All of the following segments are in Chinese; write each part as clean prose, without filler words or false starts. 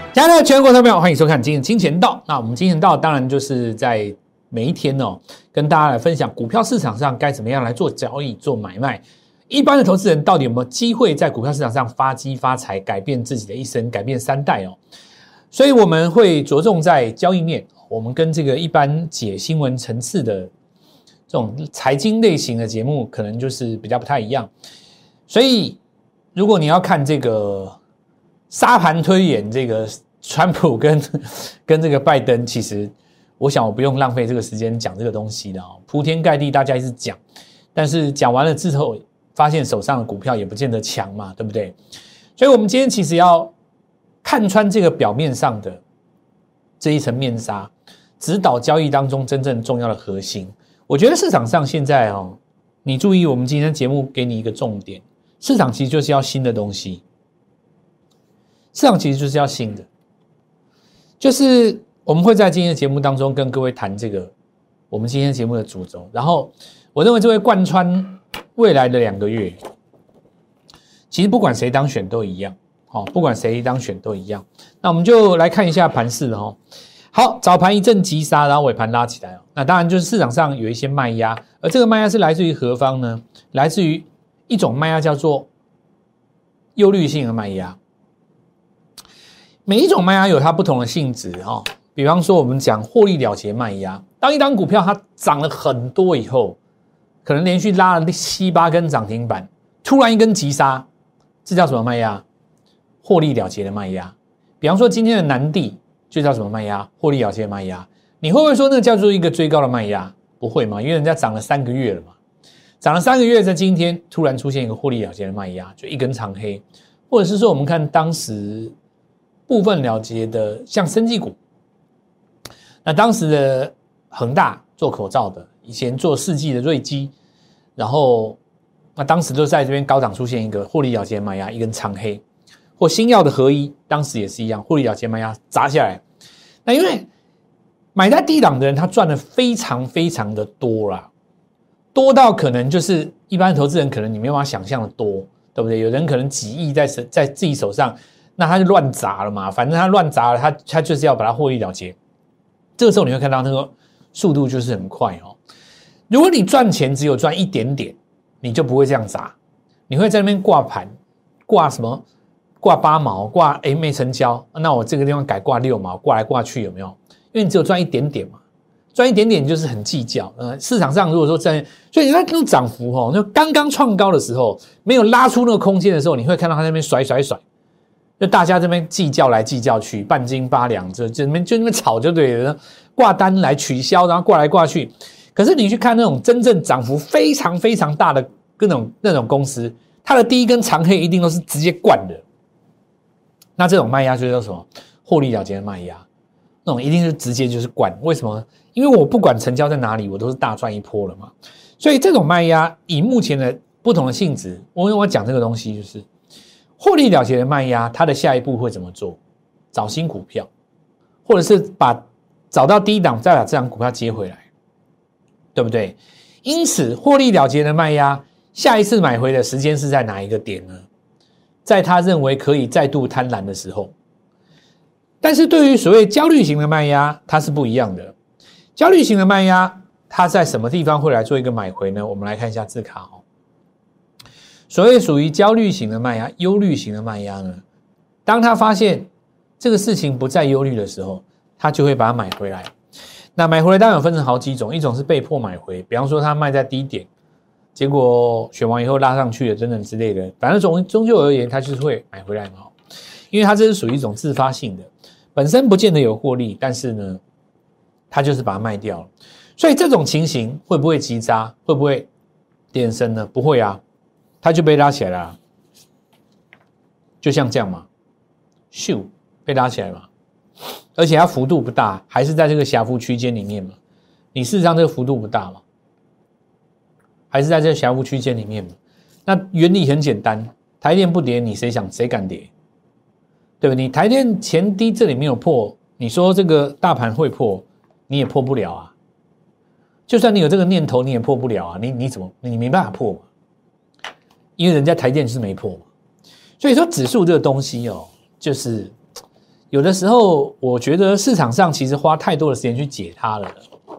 亲爱的全国投票，欢迎收看今天金钱道。那我们金钱道当然就是在每一天跟大家来分享股票市场上该怎么样来做交易、做买卖。一般的投资人到底有没有机会在股票市场上发迹发财，改变自己的一生，改变三代所以我们会着重在交易面，我们跟这个一般解新闻层次的这种财经类型的节目，可能就是比较不太一样。所以如果你要看这个沙盘推演，这个川普跟这个拜登，其实我想我不用浪费这个时间讲这个东西的铺天盖地大家一直讲，但是讲完了之后发现手上的股票也不见得强嘛，对不对？所以我们今天其实要看穿这个表面上的这一层面纱，指导交易当中真正重要的核心。我觉得市场上现在你注意我们今天节目给你一个重点，市场其实就是要新的东西，市场其实就是要新的，就是我们会在今天的节目当中跟各位谈这个我们今天节目的主轴，然后我认为这会贯穿未来的2个月。其实不管谁当选都一样，不管谁当选都一样。那我们就来看一下盘势了好，早盘一阵急杀，然后尾盘拉起来那当然就是市场上有一些卖压，而这个卖压是来自于何方呢？来自于一种卖压叫做忧虑性的卖压。每一种卖压有它不同的性质比方说我们讲获利了结卖压，当一档股票它涨了很多以后，可能连续拉了7、8根涨停板，突然一根急杀，这叫什么卖压？获利了结的卖压。比方说今天的南地就叫什么卖压？获利了结的卖压。你会不会说那个叫做一个追高的卖压？不会嘛，因为人家涨了3个月了嘛，涨了3个月，在今天突然出现一个获利了结的卖压，就一根长黑。或者是说我们看当时部分了结的像生技股，那当时的恒大做口罩的，以前做世纪的瑞基，然后那当时就在这边高档出现一个获利了结卖压，一根长黑，或新药的合一，当时也是一样，获利了结卖压砸下来。那因为买在低档的人，他赚的非常非常的多啦，多到可能就是一般的投资人可能你没有办法想象的多，对不对？有人可能几亿在自己手上，那他就乱砸了嘛，反正他乱砸了，他就是要把它获利了结。这个时候你会看到那个速度就是很快如果你赚钱只有赚一点点，你就不会这样砸，你会在那边挂盘，挂什么？挂8毛，挂没成交，那我这个地方改挂6毛，挂来挂去有没有？因为你只有赚一点点嘛，赚一点点就是很计较。市场上如果说在，所以你看那种涨幅就刚刚创高的时候，没有拉出那个空间的时候，你会看到它那边甩，就大家这边计较来计较去，半斤8两，就那边吵就对了，挂单来取消，然后挂来挂去。可是你去看那种真正涨幅非常非常大的那种公司，它的第一根长黑一定都是直接灌的。那这种卖压就叫什么？获利了结的卖压，那种一定是直接就是灌。为什么？因为我不管成交在哪里，我都是大赚一波了嘛。所以这种卖压以目前的不同的性质，我讲这个东西就是获利了结的卖压，它的下一步会怎么做？找新股票，或者是找到低档再把这档股票接回来，对不对？因此获利了结的卖压，下一次买回的时间是在哪一个点呢？在他认为可以再度贪婪的时候。但是对于所谓焦虑型的卖压，它是不一样的。焦虑型的卖压，它在什么地方会来做一个买回呢？我们来看一下字卡所谓属于焦虑型的卖压、忧虑型的卖压呢，当他发现这个事情不再忧虑的时候，他就会把它买回来。那买回来当然有分成好几种，一种是被迫买回，比方说他卖在低点，结果选完以后拉上去了等等之类的，反正终究而言他就是会买回来嘛，因为他这是属于一种自发性的，本身不见得有获利，但是呢他就是把它卖掉了。所以这种情形会不会急扎，会不会连升呢？不会啊，他就被拉起来了，就像这样嘛，咻被拉起来嘛，而且它幅度不大，还是在这个狭幅区间里面嘛，你事实上这个幅度不大嘛，还是在这个狭幅区间里面嘛。那原理很简单，台电不跌，你谁敢跌？对吧？你台电前低这里没有破，你说这个大盘会破，你也破不了啊。就算你有这个念头，你也破不了啊。你没办法破嘛，因为人家台电是没破嘛。所以说指数这个东西就是有的时候我觉得市场上其实花太多的时间去解它了，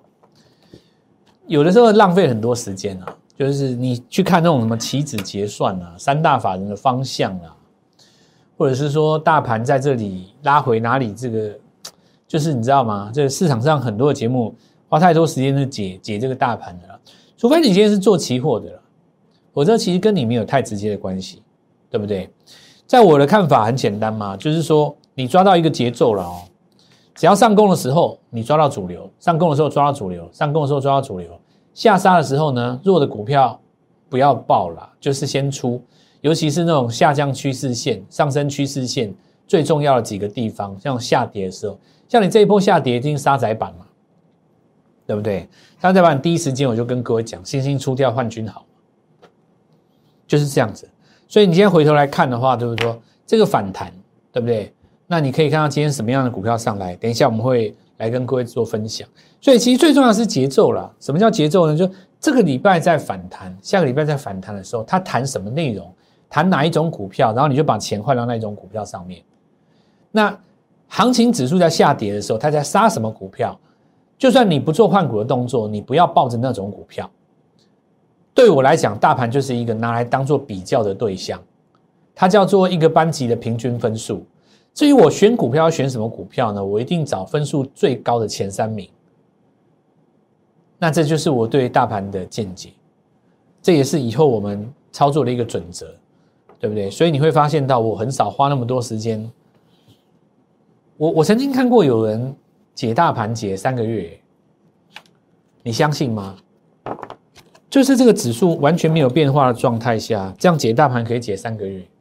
有的时候浪费很多时间啊。就是你去看那种什么期指结算啊，三大法人的方向啊，或者是说大盘在这里拉回哪里，这个就是你知道吗？这个市场上很多的节目花太多时间去解这个大盘的了，除非你今天是做期货的了，否则其实跟你没有太直接的关系，对不对？在我的看法很简单嘛，就是说你抓到一个节奏了哦，只要上攻的时候你抓到主流，上攻的时候抓到主流，上攻的时候抓到主流。下杀的时候呢，弱的股票不要爆啦，就是先出，尤其是那种下降趋势线、上升趋势线最重要的几个地方，像下跌的时候，像你这一波下跌一定杀窄板嘛，对不对？杀窄板第一时间我就跟各位讲，星星出掉换军好，就是这样子。所以你今天回头来看的话，就是说这个反弹，对不对？那你可以看到今天什么样的股票上来，等一下我们会来跟各位做分享。所以其实最重要的是节奏啦。什么叫节奏呢？就这个礼拜在反弹，下个礼拜在反弹的时候，它谈什么内容，谈哪一种股票，然后你就把钱换到那一种股票上面。那行情指数在下跌的时候，它在杀什么股票？就算你不做换股的动作，你不要抱着那种股票。对我来讲，大盘就是一个拿来当做比较的对象，它叫做一个班级的平均分数。至于我选股票要选什么股票呢？我一定找分数最高的前3名。那这就是我对大盘的见解，这也是以后我们操作的一个准则，对不对？所以你会发现到我很少花那么多时间。我曾经看过有人解大盘解3个月，你相信吗？就是这个指数完全没有变化的状态下，这样解大盘可以解3个月。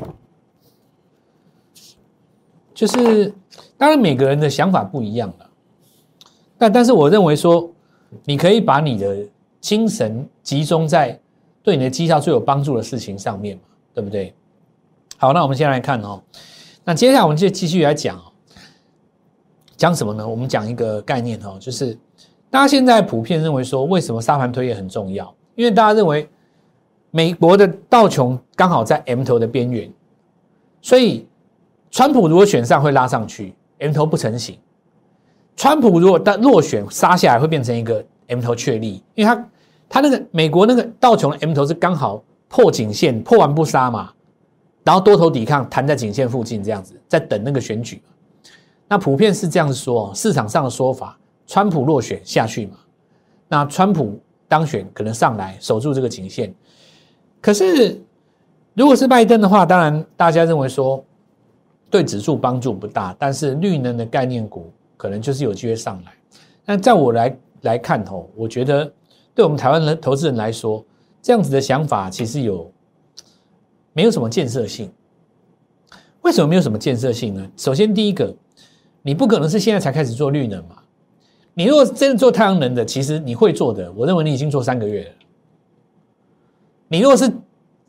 就是当然每个人的想法不一样了，但是我认为说，你可以把你的精神集中在对你的绩效最有帮助的事情上面嘛，对不对？好，那我们先来看哦。那接下来我们就继续来讲哦，讲什么呢？我们讲一个概念哦，就是大家现在普遍认为说，为什么沙盘推演很重要？因为大家认为美国的道琼刚好在 M 头的边缘，所以川普如果选上会拉上去 ，M 头不成型。川普如果落选杀下来，会变成一个 M 头确立，因为他那个美国那个道琼的 M 头是刚好破颈线，破完不杀嘛，然后多头抵抗弹在颈线附近这样子，在等那个选举。那普遍是这样子说，市场上的说法，川普落选下去嘛，那川普当选可能上来守住这个颈线。可是如果是拜登的话，当然大家认为说对指数帮助不大，但是绿能的概念股可能就是有机会上来。那在我来看我觉得对我们台湾的投资人来说，这样子的想法其实没有什么建设性。为什么没有什么建设性呢？首先第一个，你不可能是现在才开始做绿能嘛。你如果真的做太阳能的，其实你会做的，我认为你已经做3个月了。你如果是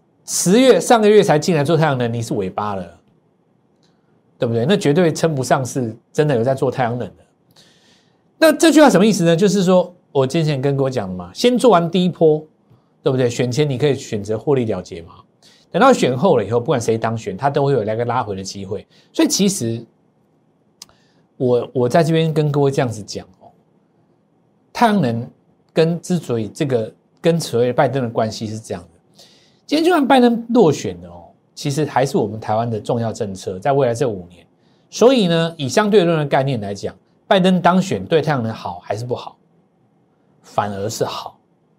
10月上个月才进来做太阳能，你是尾巴了，对不对？那绝对称不上是真的有在做太阳能的。那这句话什么意思呢？就是说我之前跟各位讲的嘛，先做完第一波，对不对？选前你可以选择获利了结嘛。等到选后了以后，不管谁当选，他都会有那个拉回的机会。所以其实我在这边跟各位这样子讲太阳能之所以这个跟所谓拜登的关系是这样的。今天就算拜登落选了其实还是我们台湾的重要政策，在未来这5年。所以呢，以相对论的概念来讲，拜登当选对太阳能好还是不好？反而是好。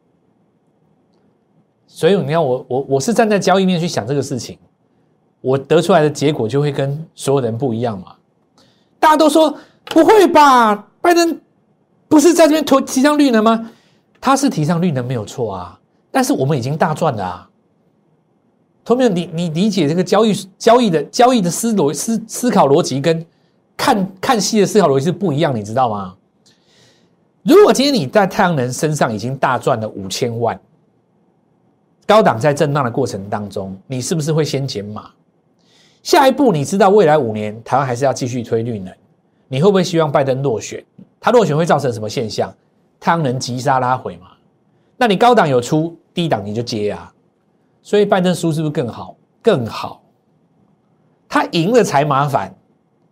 所以你看我是站在交易面去想这个事情，我得出来的结果就会跟所有人不一样嘛。大家都说不会吧，拜登不是在这边提倡绿能吗？他是提倡绿能没有错啊，但是我们已经大赚了啊。同学们，你理解这个交易的思考逻辑跟看戏的思考逻辑是不一样，你知道吗？如果今天你在太阳能身上已经大赚了5000万，高档在震荡的过程当中，你是不是会先减码？下一步你知道未来5年台湾还是要继续推绿能，你会不会希望拜登落选？他落选会造成什么现象？太阳能急杀拉回嘛？那你高档有出，低档你就接啊。所以拜登输是不是更好？更好。他赢了才麻烦，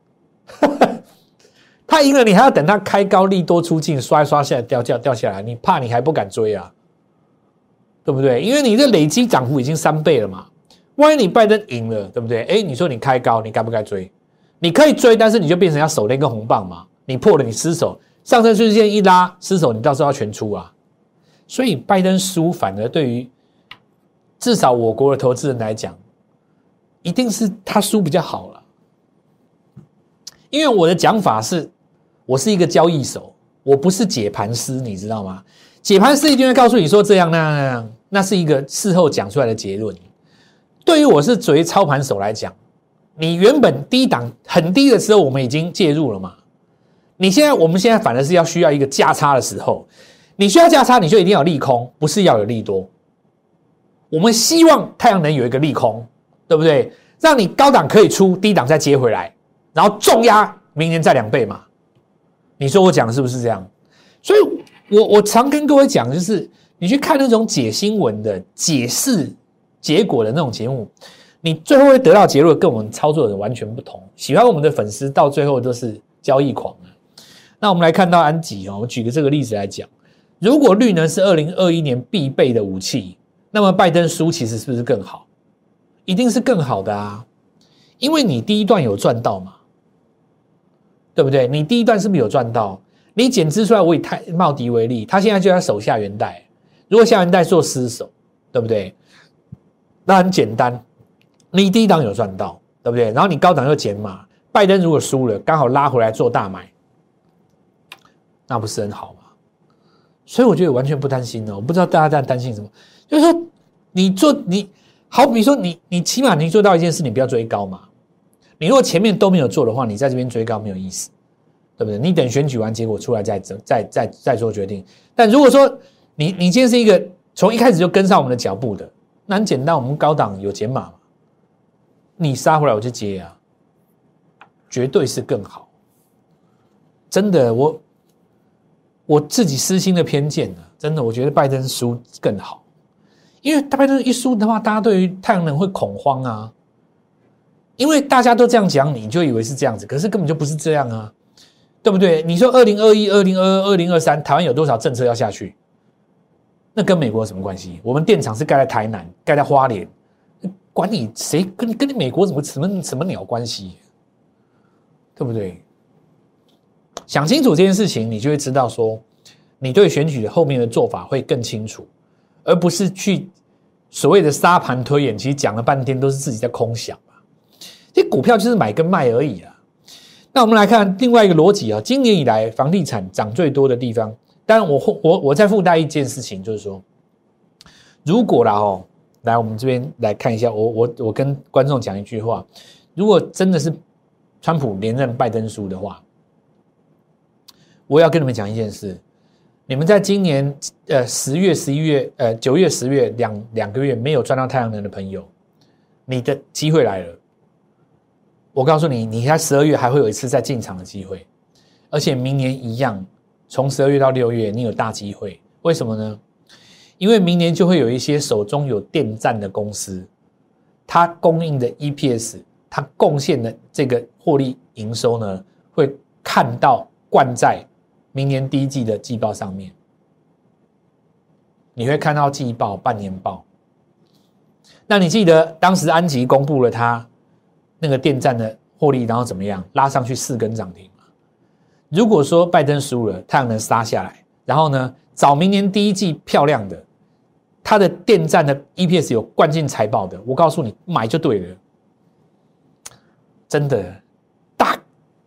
他赢了，你还要等他开高利多出尽，刷下来掉下来，你怕你还不敢追啊？对不对？因为你的累积涨幅已经3倍了嘛。万一你拜登赢了，对不对？你说你开高，你该不该追？你可以追，但是你就变成要守那根红棒嘛。你破了，你失手，上升趋势线一拉，失手，你到时候要全出啊。所以拜登输，反而对于至少我国的投资人来讲，一定是他输比较好了。因为我的讲法是，我是一个交易手，我不是解盘师，你知道吗？解盘师一定会告诉你说这样那样那样，那是一个事后讲出来的结论。对于我是作为操盘手来讲，你原本低档很低的时候，我们已经介入了嘛。我们现在反而是需要一个价差的时候，你需要价差，你就一定要有利空，不是要有利多。我们希望太阳能有一个利空，对不对？让你高档可以出，低档再接回来，然后重压明年再2倍嘛。你说我讲的是不是这样？所以我常跟各位讲，就是你去看那种解新闻的解释结果的那种节目，你最后会得到结论跟我们操作的人完全不同。喜欢我们的粉丝到最后都是交易狂。那我们来看到安吉，我举个这个例子来讲，如果绿能是2021年必备的武器，那么拜登输其实是不是更好？一定是更好的啊，因为你第一段有赚到嘛，对不对？你第一段是不是有赚到？你减资出来，我以茂迪为例，他现在就在守下元带，如果下元带做失守，对不对？那很简单，你第一档有赚到，对不对？然后你高档又减码，拜登如果输了，刚好拉回来做大买，那不是很好吗？所以我觉得完全不担心哦。我不知道大家在担心什么，就是说你好比说你起码你做到一件事，你不要追高嘛。你如果前面都没有做的话，你在这边追高没有意思，对不对？你等选举完结果出来再做决定。但如果说你今天是一个从一开始就跟上我们的脚步的，那很简单，我们高档有减码嘛，你杀回来我就接啊，绝对是更好。真的，我自己私心的偏见啊，真的，我觉得拜登输更好，因为拜登一输的话，大家对于太阳能会恐慌啊，因为大家都这样讲，你就以为是这样子，可是根本就不是这样啊，对不对？你说2021、2022、2023，台湾有多少政策要下去？那跟美国有什么关系？我们电厂是盖在台南，盖在花莲，管你谁跟你美国什么鸟关系？对不对？想清楚这件事情，你就会知道说，你对选举后面的做法会更清楚，而不是去所谓的沙盘推演。其实讲了半天都是自己在空想嘛。这股票就是买跟卖而已啊。那我们来看另外一个逻辑啊，今年以来房地产涨最多的地方。当然我再附带一件事情，就是说，如果啦来我们这边来看一下，我跟观众讲一句话：如果真的是川普连任拜登输的话，我要跟你们讲一件事，你们在今年10月、11月、9月、10月两个月没有赚到太阳能的朋友，你的机会来了。我告诉你，你在12月还会有一次再进场的机会，而且明年一样。从12月到6月，你有大机会，为什么呢？因为明年就会有一些手中有电站的公司，它供应的 EPS， 它贡献的这个获利营收呢，会看到灌在明年第一季的季报上面。你会看到季报、半年报。那你记得当时安吉公布了它那个电站的获利，然后怎么样？拉上去4根涨停。如果说拜登输了，太阳能杀下来，然后呢，找明年第一季漂亮的，它的电站的 EPS 有灌进财报的，我告诉你，买就对了，真的大。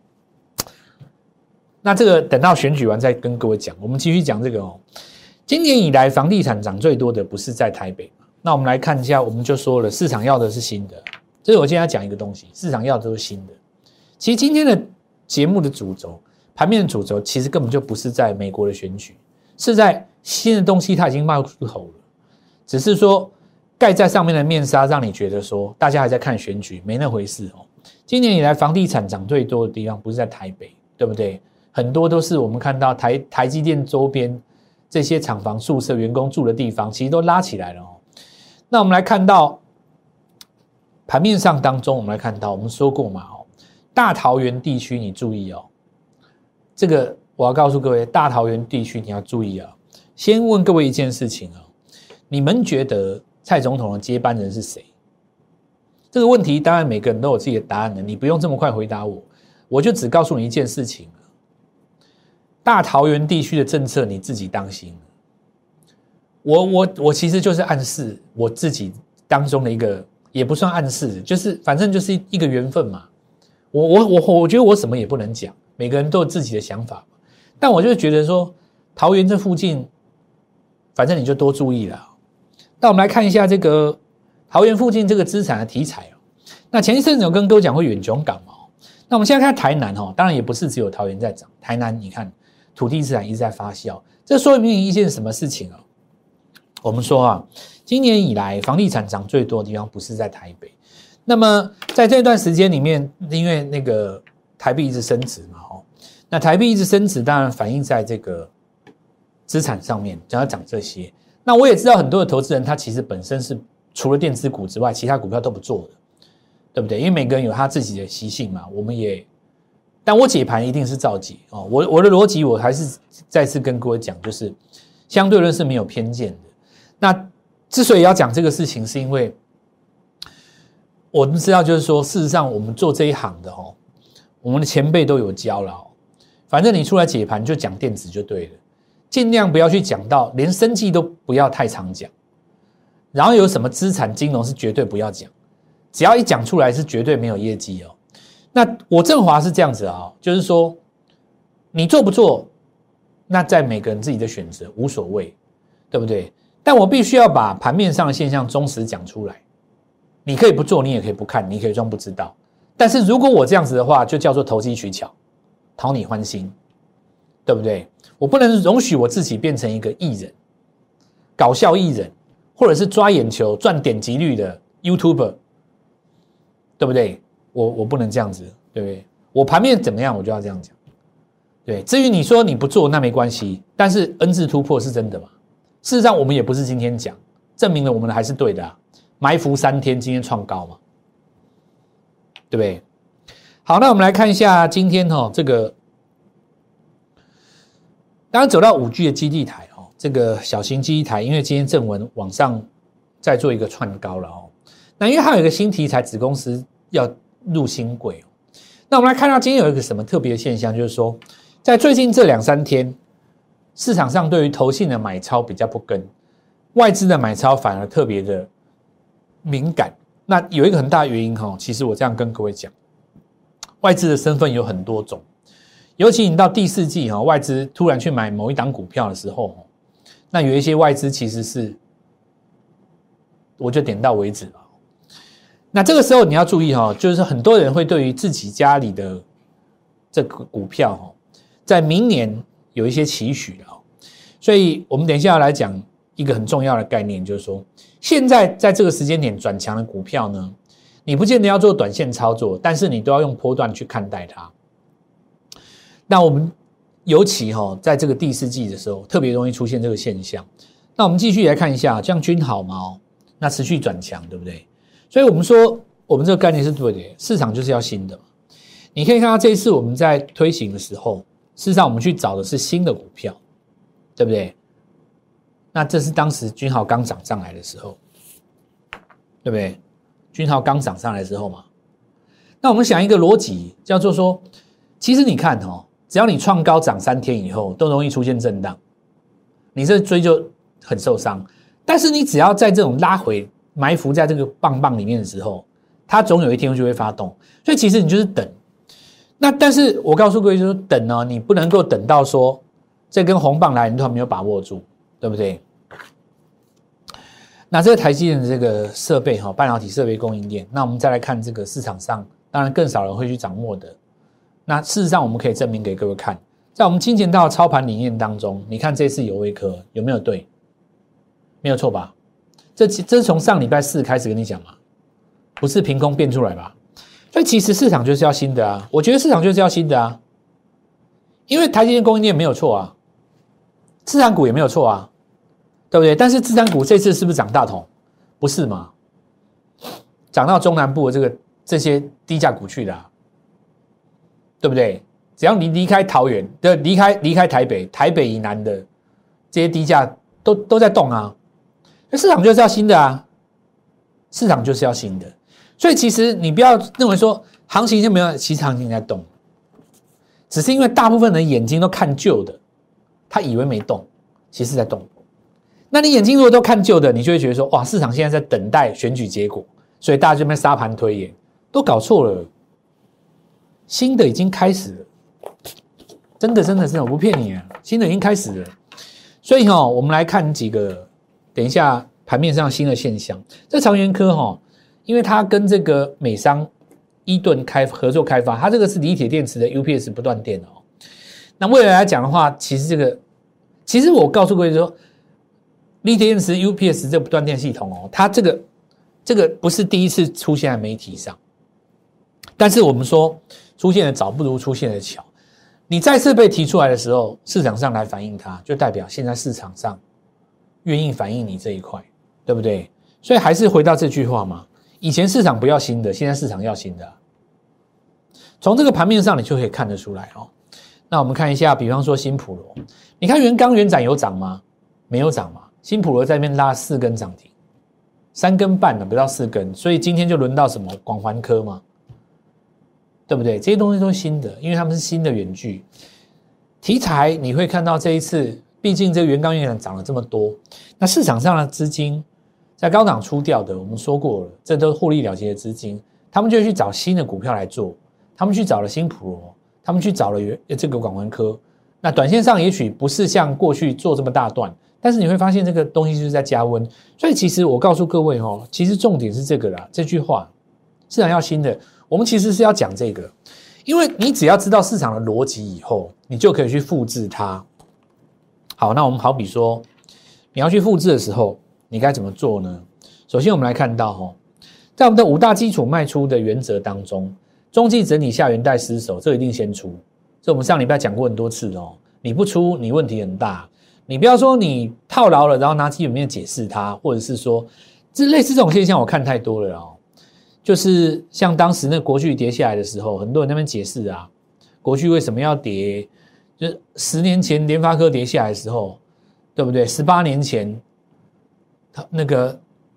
那这个等到选举完再跟各位讲。我们继续讲这个哦。今年以来，房地产涨最多的不是在台北嘛？那我们来看一下，我们就说了，市场要的是新的。这是我今天要讲一个东西，市场要的都是新的。其实今天的节目的主轴。盘面的主轴其实根本就不是在美国的选举，是在新的东西它已经冒出头了，只是说盖在上面的面纱让你觉得说大家还在看选举，没那回事哦。今年以来房地产涨最多的地方不是在台北，对不对？很多都是我们看到台积电周边这些厂房宿舍员工住的地方，其实都拉起来了哦。那我们来看到盘面上当中，我们来看到我们说过嘛大桃园地区你注意哦，这个我要告诉各位，大桃园地区你要注意啊。先问各位一件事情啊，你们觉得蔡总统的接班人是谁？这个问题当然每个人都有自己的答案的，你不用这么快回答我，我就只告诉你一件事情。大桃园地区的政策你自己当心。我其实就是暗示我自己当中的一个，也不算暗示，就是反正就是一个缘分嘛。我觉得我什么也不能讲，每个人都有自己的想法，但我就觉得说桃园这附近，反正你就多注意了。那我们来看一下这个桃园附近这个资产的题材哦。那前一阵子有跟各位讲会远雄港嘛，那我们现在看台南哦，当然也不是只有桃园在涨，台南你看土地资产一直在发酵，这说明一件什么事情哦？我们说啊，今年以来房地产涨最多的地方不是在台北，那么在这段时间里面，因为那个台币一直升值嘛，那台币一直升值，当然反映在这个资产上面，想要涨这些。那我也知道很多的投资人，他其实本身是除了电子股之外，其他股票都不做的，对不对？因为每个人有他自己的习性嘛，但我解盘一定是照解哦。我的逻辑，我还是再次跟各位讲，就是相对论是没有偏见的。那之所以要讲这个事情，是因为我们知道，就是说，事实上我们做这一行的哦，我们的前辈都有教了哦。反正你出来解盘就讲电子就对了，尽量不要去讲到连生技都不要太常讲，然后有什么资产金融是绝对不要讲，只要一讲出来是绝对没有业绩哦。那我正华是这样子啊，就是说你做不做，那在每个人自己的选择无所谓，对不对？但我必须要把盘面上的现象忠实讲出来。你可以不做，你也可以不看，你可以装不知道。但是如果我这样子的话，就叫做投机取巧，讨你欢心，对不对？我不能容许我自己变成一个艺人，搞笑艺人，或者是抓眼球、赚点击率的 YouTuber， 对不对？我不能这样子，对不对？我盘面怎么样，我就要这样讲。对，至于你说你不做，那没关系。但是 N 字突破是真的嘛？事实上，我们也不是今天讲，证明了我们的还是对的啊。埋伏3天，今天创高嘛，对不对？好，那我们来看一下今天这个，当然走到5G 的基地台这个小型基地台，因为今天正文往上再做一个窜高了那因为它有一个新题材，子公司要入新柜那我们来看到今天有一个什么特别的现象，就是说，在最近这2-3天，市场上对于投信的买超比较不跟，外资的买超反而特别的敏感。那有一个很大的原因其实我这样跟各位讲，外资的身份有很多种，尤其你到第4季外资突然去买某一档股票的时候，那有一些外资其实是我就点到为止了。那这个时候你要注意就是很多人会对于自己家里的这个股票在明年有一些期许了，所以我们等一下要来讲一个很重要的概念，就是说现在在这个时间点转强的股票呢，你不见得要做短线操作，但是你都要用波段去看待它。那我们尤其在这个第4季的时候特别容易出现这个现象。那我们继续来看一下，这样均好吗那持续转强，对不对？所以我们说我们这个概念是对的，市场就是要新的嘛。你可以看到这一次我们在推行的时候，事实上我们去找的是新的股票，对不对？那这是当时均豪刚涨上来的时候，对不对？均豪刚涨上来的时候嘛。那我们想一个逻辑，叫做说，其实你看只要你创高涨3天以后，都容易出现震荡，你这追就很受伤。但是你只要在这种拉回埋伏在这个棒棒里面的时候，它总有一天就会发动。所以其实你就是等。那但是我告诉各位，就是等你不能够等到说这根红棒来你都还没有把握住，对不对？那这个台积电的这个设备半导体设备供应链，那我们再来看这个市场上，当然更少人会去掌握的。那事实上我们可以证明给各位看，在我们金钱道操盘理念当中，你看这次友威科有没有对？没有错吧？这是从上礼拜4开始跟你讲嘛，不是凭空变出来吧？所以其实市场就是要新的啊，我觉得市场就是要新的啊，因为台积电供应链没有错啊，资产股也没有错啊，对不对？但是资产股这次是不是涨大同？不是嘛？涨到中南部的这些低价股去的对不对？只要你离开桃园的，离开台北，台北以南的这些低价都在动啊。那市场就是要新的啊，市场就是要新的。所以其实你不要认为说行情就没有，其实行情在动，只是因为大部分人眼睛都看旧的，他以为没动，其实在动。那你眼睛如果都看旧的，你就会觉得说，哇，市场现在在等待选举结果，所以大家这边沙盘推演，都搞错了。新的已经开始了，真的，我不骗你啊，新的已经开始了。所以我们来看几个，等一下盘面上新的现象。这长源科因为它跟这个美商伊顿合作开发，它这个是锂铁电池的 UPS 不断电那未来来讲的话，其实我告诉各位说，锂铁电池 UPS 这不断电系统它这个不是第一次出现在媒体上，但是我们说出现的早不如出现的巧。你再次被提出来的时候，市场上来反映它，就代表现在市场上愿意反映你这一块，对不对？所以还是回到这句话嘛，以前市场不要新的，现在市场要新的从这个盘面上你就可以看得出来那我们看一下，比方说新普罗，你看元刚元展有涨吗？没有涨嘛。新普罗在那边拉4根涨停，3根半了，不到4根，所以今天就轮到什么广环科嘛，对不对？这些东西都是新的，因为他们是新的远距题材。你会看到这一次，毕竟这个元刚元展涨了这么多，那市场上的资金在高档出掉的，我们说过了，这都是获利了结的资金，他们就去找新的股票来做，他们去找了新普罗，他们去找了这个广环科。那短线上也许不是像过去做这么大段，但是你会发现这个东西就是在加温。所以其实我告诉各位其实重点是这个啦，这句话，市场要新的，我们其实是要讲这个，因为你只要知道市场的逻辑以后，你就可以去复制它。好，那我们好比说你要去复制的时候，你该怎么做呢？首先我们来看到在我们的5大基础卖出的原则当中，中继整理下元带失守，这一定先出。这我们上礼拜讲过很多次你不出你问题很大。你不要说你套牢了，然后拿基本面解释它，或者是说类似这种现象我看太多了就是像当时那国巨跌下来的时候，很多人在那边解释国巨为什么要跌，就是10年前联发科跌下来的时候，对不对？18年前他那个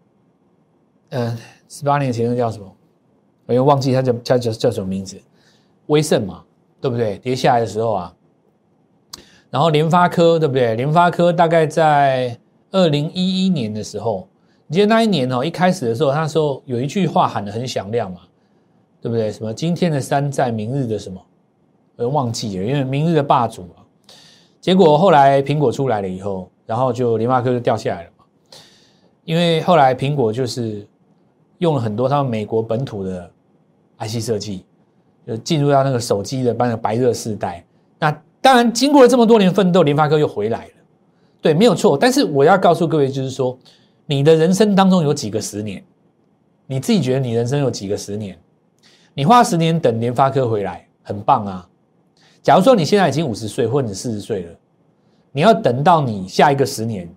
18年前那叫什么？我又忘记他叫什么名字，威盛嘛，对不对？跌下来的时候然后联发科，对不对？联发科大概在2011年的时候，你记得那一年一开始的时候，那时候有一句话喊得很响亮嘛，对不对？什么今天的山寨，明日的什么？我忘记了，因为明日的霸主嘛。结果后来苹果出来了以后，然后就联发科就掉下来了嘛。因为后来苹果就是用了很多他们美国本土的 IC 设计，就进入到那个手机的白热世代。那当然经过了这么多年奋斗，联发科又回来了，对，没有错。但是我要告诉各位，就是说你的人生当中有几个10年，你自己觉得你人生有几个10年，你花10年等联发科回来很棒啊。假如说你现在已经50岁或者40岁了，你要等到你下一个10年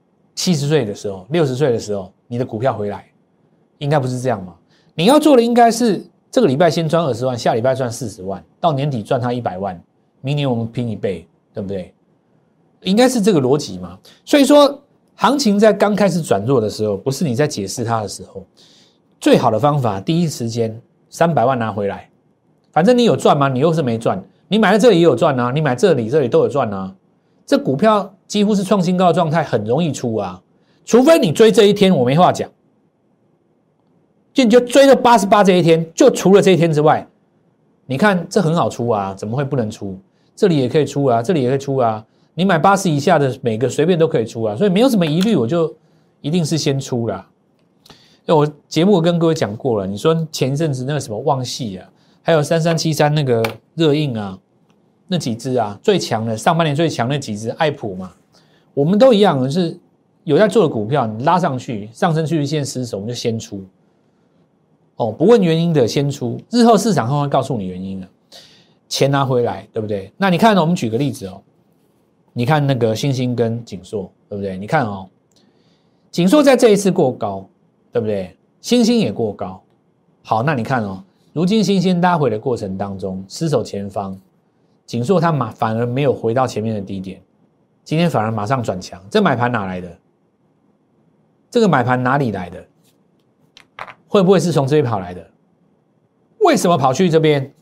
70岁的时候60岁的时候，你的股票回来，应该不是这样嘛？你要做的应该是这个礼拜先赚20万，下礼拜赚40万，到年底赚它100万，明年我们拼1倍，对不对？应该是这个逻辑嘛。所以说行情在刚开始转弱的时候，不是你在解释它的时候，最好的方法第一时间300万拿回来，反正你有赚吗？你又是没赚，你买在这里也有赚啊，你买这里都有赚啊。这股票几乎是创新高的状态，很容易出啊，除非你追这一天，我没话讲，就你就追到88这一天，就除了这一天之外，你看这很好出啊，怎么会不能出？这里也可以出啊，这里也可以出啊，你买80以下的每个随便都可以出啊，所以没有什么疑虑，我就一定是先出啦。因为我节目跟各位讲过了，你说前一阵子那个什么旺系啊，还有3373那个热映啊，那几只啊最强的，上半年最强的几只，爱普嘛，我们都一样，是有在做的股票，你拉上去上升趋势线失守，我们就先出。不问原因的先出，日后市场会告诉你原因的，钱拿回来，对不对？那你看我们举个例子你看那个星星跟景硕，对不对？你看景硕在这一次过高，对不对？星星也过高。好，那你看如今新鲜拉回的过程当中，失守前方，景硕它反而没有回到前面的低点，今天反而马上转强，这买盘哪来的？这个买盘哪里来的？会不会是从这边跑来的？为什么跑去这边？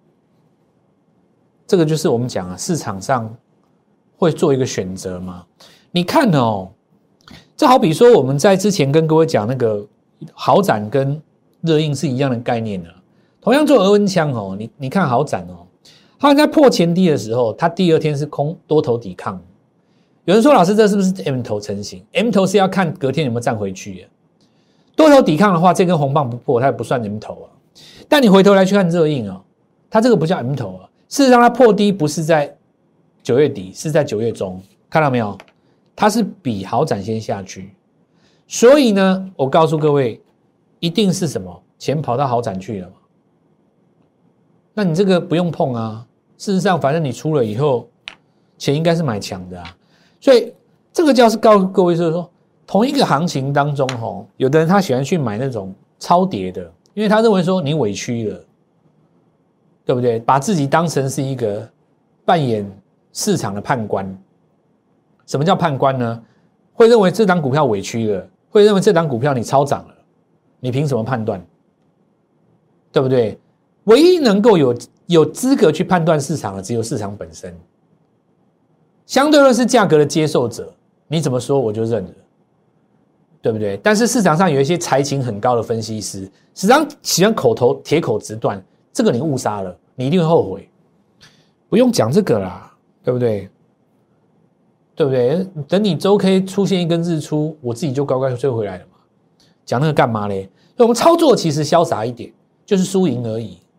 这个就是我们讲啊，市场上会做一个选择嘛。你看哦，这好比说我们在之前跟各位讲那个豪展跟热映是一样的概念啊。同样做额温枪哦，你看豪展哦，它在破前低的时候，它第二天是多头抵抗。有人说老师这是不是 M 头成型 ？M 头是要看隔天有没有站回去啊。多头抵抗的话，这根红棒不破，它也不算 M 头啊。但你回头来去看热映哦，它这个不叫 M 头啊。事实上，它破低不是在9月底，是在9月中，看到没有？它是比豪展先下去，所以呢，我告诉各位，一定是什么钱跑到豪展去了嘛？那你这个不用碰啊。事实上，反正你出了以后，钱应该是买强的啊。所以这个就是告诉各位，就是说，同一个行情当中，有的人他喜欢去买那种超跌的，因为他认为说你委屈了。对不对？把自己当成是一个扮演市场的判官。什么叫判官呢？会认为这档股票委屈了，会认为这档股票你超涨了，你凭什么判断？对不对？唯一能够有资格去判断市场的，只有市场本身。相对论是价格的接受者，你怎么说我就认了，对不对？但是市场上有一些才情很高的分析师，时常喜欢铁口直断。这个你误杀了，你一定会后悔。不用讲这个啦，对不对？对不对？等你周 K 出现一根日出，我自己就乖乖追回来了嘛。讲那个干嘛嘞？我们操作其实潇洒一点，就是输赢而已，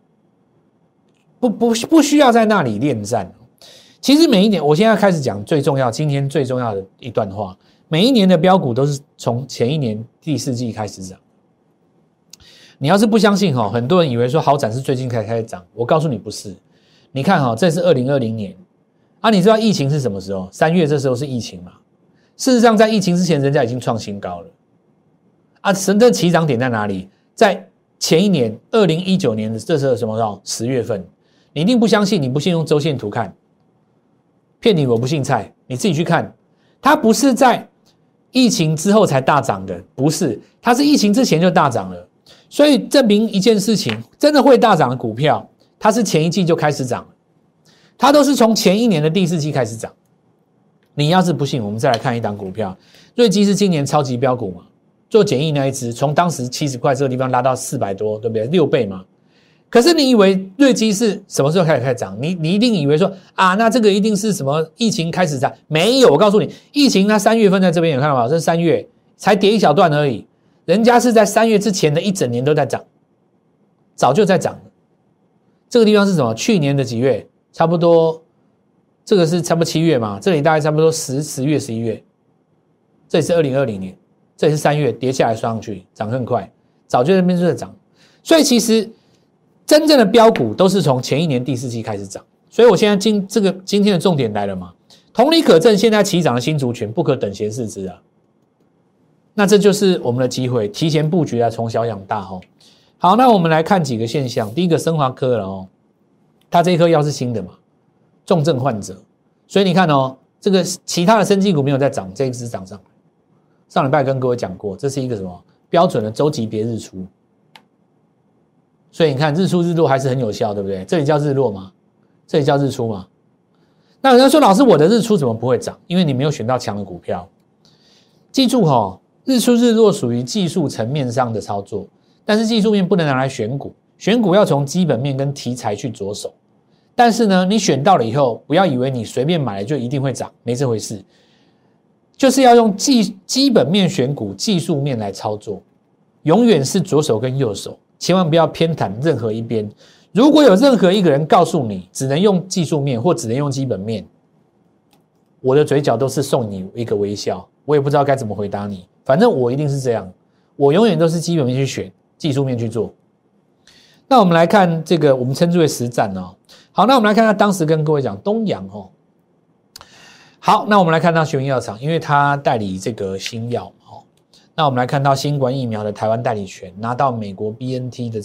不需要在那里恋战。其实每一年，我现在开始讲最重要，今天最重要的一段话，每一年的标股都是从前一年第四季开始涨。你要是不相信很多人以为说豪展是最近才开始涨，我告诉你不是。你看这是2020年啊，你知道疫情是什么时候？3月这时候是疫情嘛？事实上，在疫情之前，人家已经创新高了啊。神的起涨点在哪里？在前一年2019年的这时候什么时候？10月份。你一定不相信，你不信用周线图看，骗你我不信菜，你自己去看，它不是在疫情之后才大涨的，不是，它是疫情之前就大涨了。所以证明一件事情，真的会大涨的股票，它是前一季就开始涨了，它都是从前一年的第四季开始涨。你要是不信，我们再来看一档股票，瑞基是今年超级标股嘛，做简易那一支，从当时70块这个地方拉到400多，对不对？6倍嘛。可是你以为瑞基是什么时候开始涨？你一定以为说啊，那这个一定是什么疫情开始涨？没有，我告诉你，疫情它3月份在这边有看到吗？这是3月才跌一小段而已。人家是在3月之前的一整年都在涨，早就在涨了。这个地方是什么？去年的几月？差不多，这个是差不多7月嘛，这里大概差不多10月、11月。这里是2020年，这里是3月跌下来刷上去，涨更快，早就在那边就在涨。所以其实真正的标股都是从前一年第四季开始涨。所以我现在今天的重点来了嘛，同理可证，现在起涨的新族群不可等闲视之啊。那这就是我们的机会，提前布局来从小养大哦。好，那我们来看几个现象。第一个，生华科了哦，它这一颗药是新的嘛，重症患者，所以你看哦，这个其他的生技股没有在涨，这一支涨上来。上礼拜跟各位讲过，这是一个什么标准的周级别日出，所以你看日出日落还是很有效，对不对？这里叫日落吗？这里叫日出吗？那有人说，老师，我的日出怎么不会涨？因为你没有选到强的股票。记住日出日落属于技术层面上的操作，但是技术面不能拿来选股，选股要从基本面跟题材去着手。但是呢，你选到了以后，不要以为你随便买了就一定会涨，没这回事。就是要用基本面选股，技术面来操作，永远是左手跟右手，千万不要偏袒任何一边。如果有任何一个人告诉你只能用技术面或只能用基本面，我的嘴角都是送你一个微笑，我也不知道该怎么回答你。反正我一定是这样，我永远都是基本面去选，技术面去做。那我们来看这个，我们称之为实战哦。好，那我们来看他当时跟各位讲东阳哦。好，那我们来看到学名药厂，因为他代理这个新药哦。那我们来看到新冠疫苗的台湾代理权，拿到美国 BNT 的这个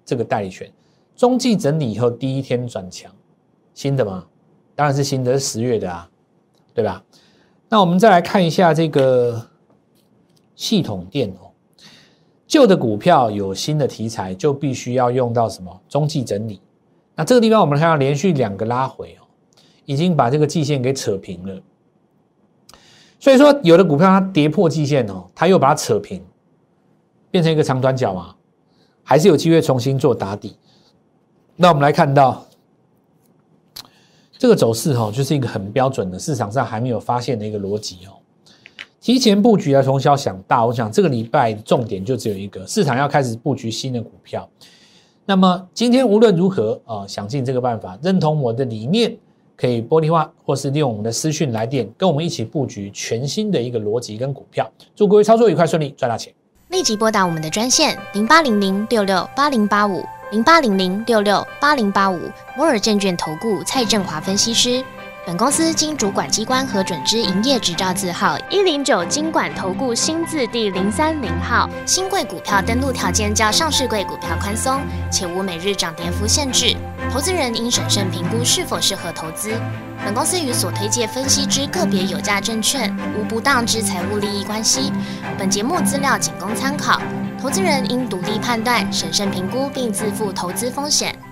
这个代理权，中继整理以后第一天转强，新的吗？当然是新的，是10月的啊，对吧？那我们再来看一下这个系统电哦，旧的股票有新的题材，就必须要用到什么中继整理。那这个地方我们看到连续2个拉回哦，已经把这个季线给扯平了。所以说，有的股票它跌破季线哦，它又把它扯平，变成一个长短角嘛，还是有机会重新做打底。那我们来看到这个走势哦，就是一个很标准的市场上还没有发现的一个逻辑哦。提前布局来从小想大，我想这个礼拜重点就只有一个，市场要开始布局新的股票。那么今天无论如何想尽这个办法，认同我的理念，可以玻璃化，或是利用我们的私讯来电，跟我们一起布局全新的一个逻辑跟股票。祝各位操作愉快顺利，赚大钱！ 立即拨打我们的专线08006680850800668085摩尔证券投顾蔡正华分析师。本公司经主管机关核准之营业执照字号109金管投顾新字第030号。新贵股票登录条件较上市贵股票宽松，且无每日涨跌幅限制。投资人应审慎评估是否适合投资。本公司与所推介分析之个别有价证券无不当之财务利益关系。本节目资料仅供参考，投资人应独立判断、审慎评估并自负投资风险。